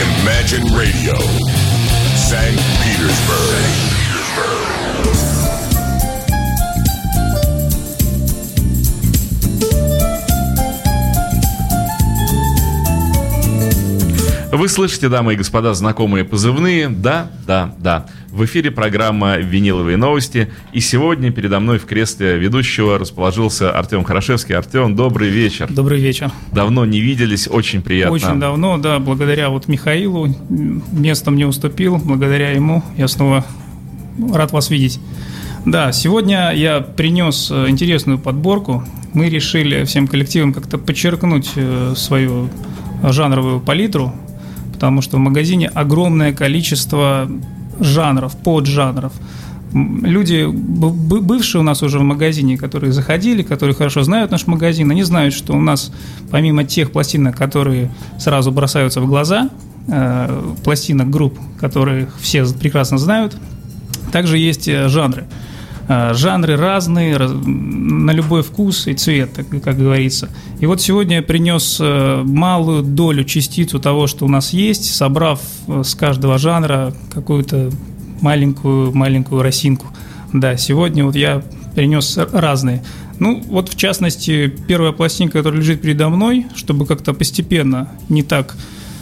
Imagine Radio, St. Petersburg. Вы слышите, дамы и господа, знакомые позывные. Да. В эфире программа «Виниловые новости». И сегодня передо мной в кресле ведущего расположился Артем Хорошевский. Артем, добрый вечер. Добрый вечер. Давно не виделись, очень приятно. Очень давно, да, благодаря вот Михаилу. Место мне уступил, благодаря ему я снова рад вас видеть. Да, сегодня я принес интересную подборку. Мы решили всем коллективом как-то подчеркнуть свою жанровую палитру, потому что в магазине огромное количество жанров, поджанров. Люди, бывшие у нас уже в магазине, которые заходили, которые хорошо знают наш магазин, они знают, что у нас помимо тех пластинок, которые сразу бросаются в глаза, пластинок групп, которые все прекрасно знают, также есть жанры. Жанры разные, на любой вкус и цвет, как говорится. И вот сегодня я принес малую долю, частицу того, что у нас есть, собрав с каждого жанра какую-то маленькую росинку. Да, сегодня вот я принес разные. Ну, вот в частности, первая пластинка, которая лежит передо мной, чтобы как-то постепенно, не так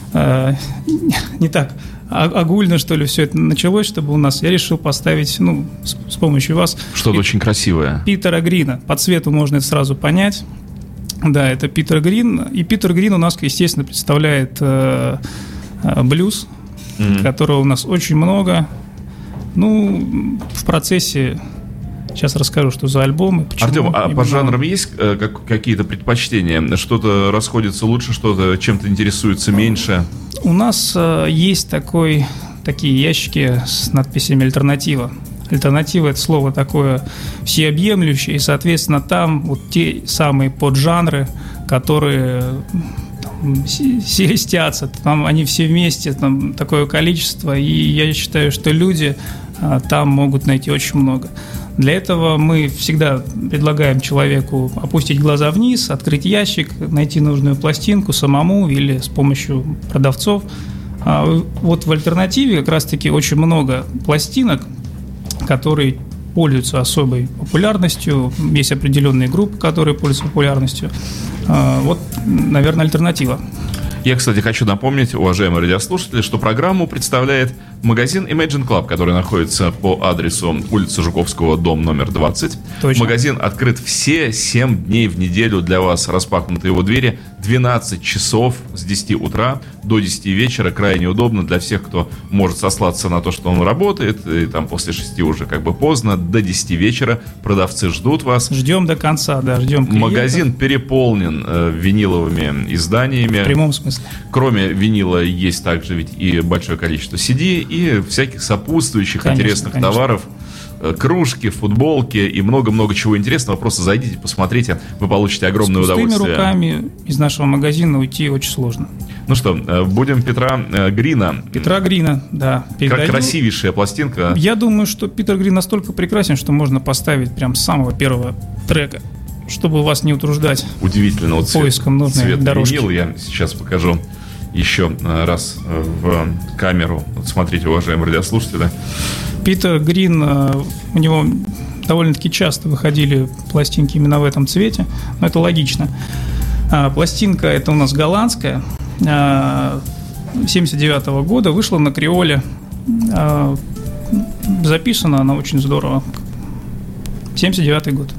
огульно, что ли, все это началось, чтобы у нас, я решил поставить, с помощью вас... Что-то очень красивое. Питера Грина. По цвету можно это сразу понять. Да, это Питер Грин. И Питер Грин у нас, естественно, представляет блюз, которого у нас очень много. В процессе... Сейчас расскажу, что за альбомы. Артем, а по жанрам есть какие-то предпочтения? Что-то расходится лучше, что-то чем-то интересуется меньше? У нас есть такие ящики с надписями «Альтернатива». Альтернатива – это слово такое всеобъемлющее, и, соответственно, там вот те самые поджанры, которые селестятся, там они все вместе, там такое количество, и я считаю, что люди там могут найти очень много. Для этого мы всегда предлагаем человеку опустить глаза вниз, открыть ящик, найти нужную пластинку самому или с помощью продавцов. Вот в альтернативе как раз-таки очень много пластинок, которые пользуются особой популярностью. Есть определенные группы, которые пользуются популярностью. Вот, наверное, альтернатива. Я, кстати, хочу напомнить, уважаемые радиослушатели, что программу представляет магазин Imagine Club, который находится по адресу улица Жуковского, дом номер 20. Точно. Магазин открыт все 7 дней в неделю. Для вас распахнуты его двери 12 часов с 10 утра до 10 вечера. Крайне удобно для всех, кто может сослаться на то, что он работает, и там после 6 уже как бы поздно. До 10 вечера продавцы ждут вас. Ждем до конца, да, ждем клиентов. Магазин переполнен виниловыми изданиями. В прямом смысле. Кроме винила есть также ведь и большое количество CD и всяких сопутствующих интересных товаров. Кружки, футболки и много-много чего интересного. Просто зайдите, посмотрите, вы получите огромное удовольствие. С пустыми руками из нашего магазина уйти очень сложно. Ну что, будем Питера Грина. Питера Грина, да. Как красивейшая пластинка. Я думаю, что Питер Грин настолько прекрасен, что можно поставить прям с самого первого трека, чтобы вас не утруждать. Удивительно, вот поиском нужной дорожки. Винил я сейчас покажу еще раз в камеру. Вот смотрите, уважаемые радиослушатели. Питер Грин, у него довольно-таки часто выходили пластинки именно в этом цвете, но это логично. Пластинка это у нас голландская, 79 года, вышла на креоле, записана она очень здорово. 79 год.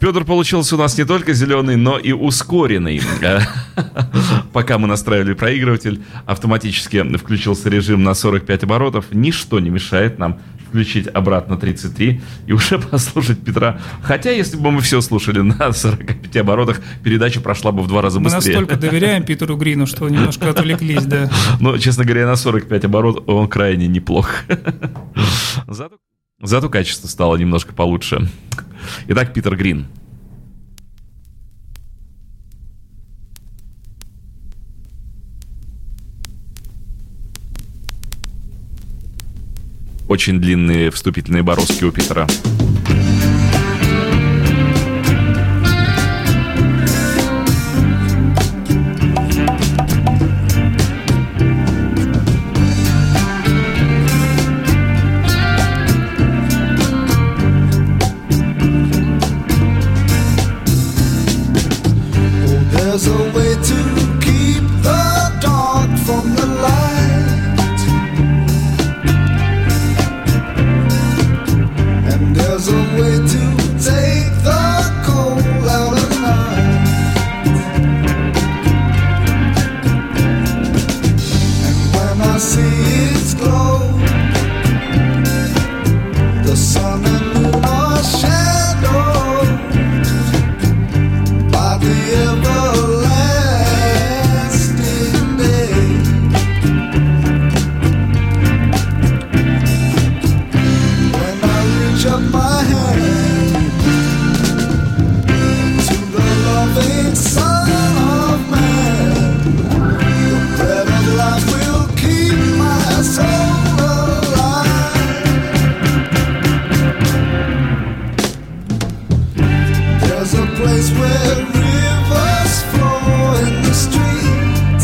Петр получился у нас не только зеленый, но и ускоренный. Пока мы настраивали проигрыватель, автоматически включился режим на 45 оборотов. Ничто не мешает нам включить обратно 33 и уже послушать Петра. Хотя, если бы мы все слушали на 45 оборотах, передача прошла бы в 2 раза быстрее. Мы настолько доверяем Питеру Грину, что немножко отвлеклись, да. Но, честно говоря, на 45 оборотов он крайне неплох. Зато качество стало немножко получше. Итак, Питер Грин. Очень длинные вступительные бороздки у Питера. There's a way to keep the dark from the light, and there's a way to take the cold out of night. And when I see its glow, the sun and moon are shadowed by the everlasting day. When I reach up my hand to the loving Son of Man, the bread of life will keep my soul alive. There's a place where rivers flow in the street,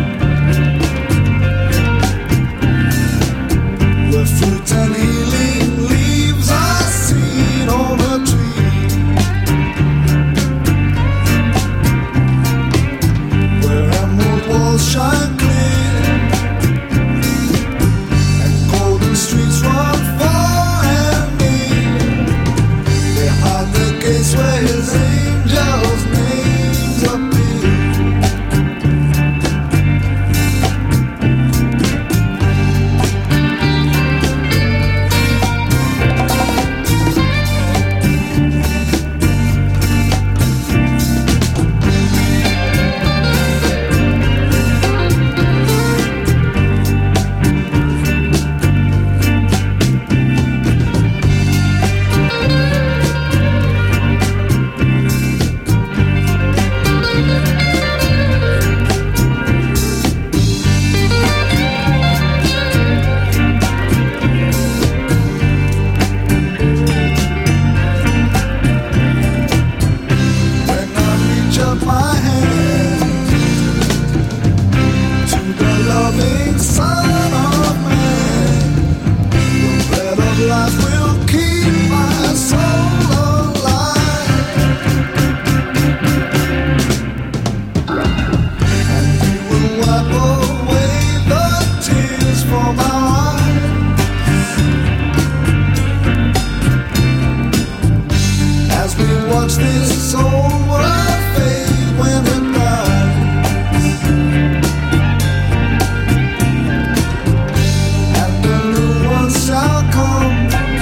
where fruit and healing leaves are seen on a tree, where emerald walls shine clear and golden streets run far and near. Behind the gates where his angels' names appear. When I reach up my hand to the loving Son of Man, the bread of life will keep my soul alive, and He will wipe away the tears from my eyes. As we watch this old world fade when it dies, and a new one shall come,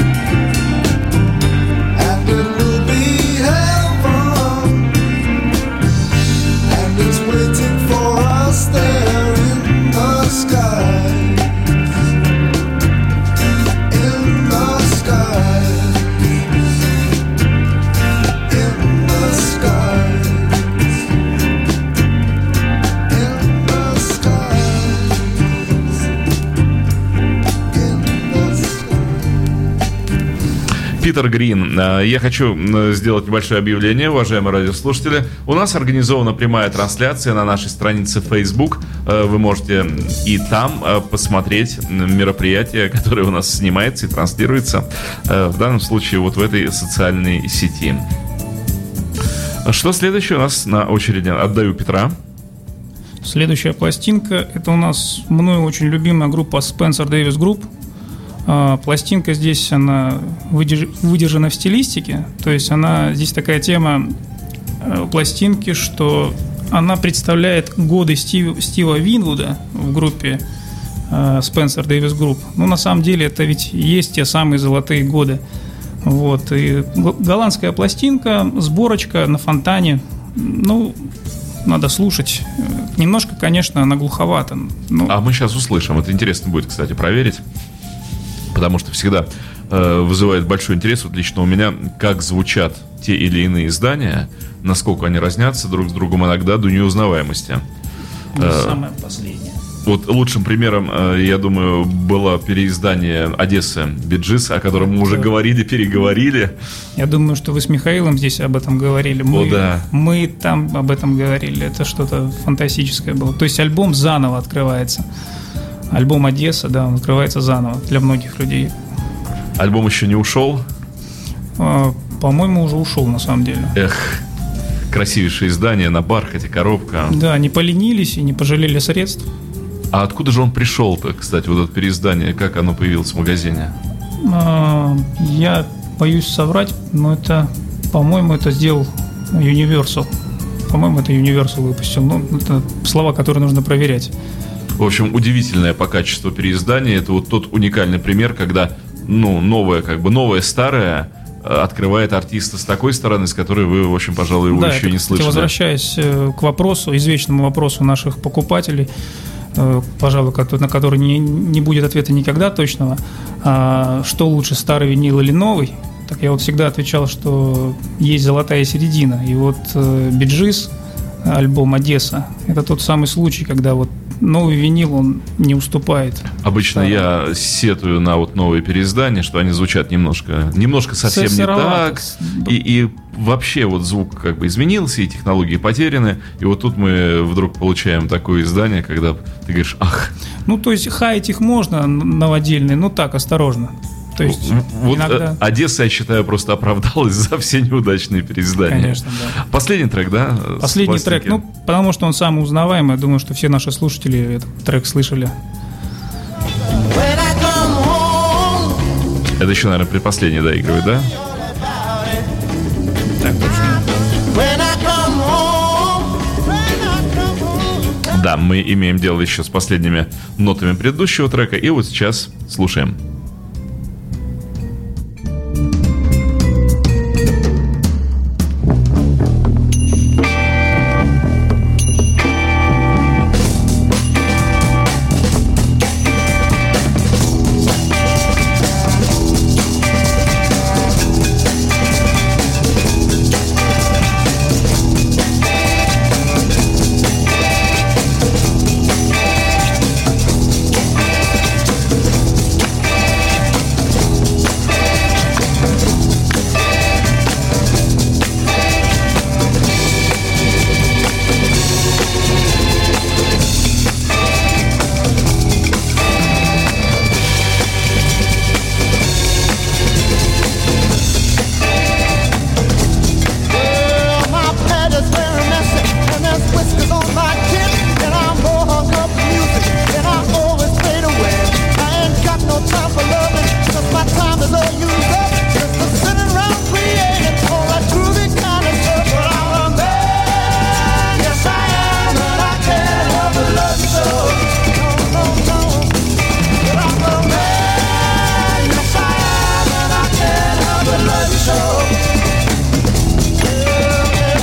and it will be heaven, and it's waiting for us there in the skies, in the skies, in the skies, in the skies, in the skies. Питер Грин. Я хочу сделать небольшое объявление, уважаемые радиослушатели. У нас организована прямая трансляция на нашей странице Facebook. Вы можете и там посмотреть мероприятие, которое у нас снимается и транслируется, в данном случае вот в этой социальной сети. Что следующее у нас на очереди? Отдаю Петра. Следующая пластинка — это у нас мною очень любимая группа Spencer Davis Group. Пластинка здесь, она выдержана в стилистике. То есть она, здесь такая тема пластинки, что она представляет годы Стива Винвуда в группе Spencer Davis Group. Ну, на самом деле, это ведь есть те самые золотые годы. Вот. И голландская пластинка, сборочка на Фонтане. Ну, надо слушать. Немножко, конечно, она глуховата. А мы сейчас услышим. Это интересно будет, кстати, проверить. Потому что всегда вызывает большой интерес, вот лично у меня, как звучат те или иные издания, насколько они разнятся друг с другом иногда до неузнаваемости. Самое последнее. Вот лучшим примером, я думаю, было переиздание «Одессы» Bee Gees, о котором мы уже говорили, переговорили. Я думаю, что вы с Михаилом здесь об этом говорили. Мы там об этом говорили. Это что-то фантастическое было. То есть альбом заново открывается. Альбом «Одесса», да, он открывается заново для многих людей. Альбом еще не ушел? По-моему, уже ушел, на самом деле. Эх, красивейшее издание на бархате, коробка. Да, не поленились и не пожалели средств. А откуда же он пришел-то, кстати, вот это переиздание? Как оно появилось в магазине? Я боюсь соврать, но это, по-моему, это сделал Universal. По-моему, это Universal выпустил. Ну, это слова, которые нужно проверять. В общем, удивительное по качеству переиздание. Это вот тот уникальный пример, когда, новое старое открывает артиста с такой стороны, с которой вы, в общем, пожалуй, его еще не слышали. Возвращаясь к вопросу, извечному вопросу наших покупателей, пожалуй, на который не будет ответа никогда точного, что лучше, старый винил или новый, так я вот всегда отвечал, что есть золотая середина. И вот Bee Gees, альбом «Одесса», это тот самый случай, когда вот новый винил, он не уступает. Обычно я сетую на вот новые переиздания, что они звучат немножко совсем не так. И вообще вот звук как бы изменился, и технологии потеряны. И вот тут мы вдруг получаем такое издание, когда ты говоришь, ах. Ну, то есть хаять их можно новодельные, но так, осторожно. То есть вот иногда... Одесса, я считаю, просто оправдалась за все неудачные переиздания. Конечно, да. Последний трек, да? Последний трек, потому что он самый узнаваемый. Я думаю, что все наши слушатели этот трек слышали. Это еще, наверное, предпоследний доигрывает, да? Так точно. Да, мы имеем дело еще с последними нотами предыдущего трека. И вот сейчас слушаем.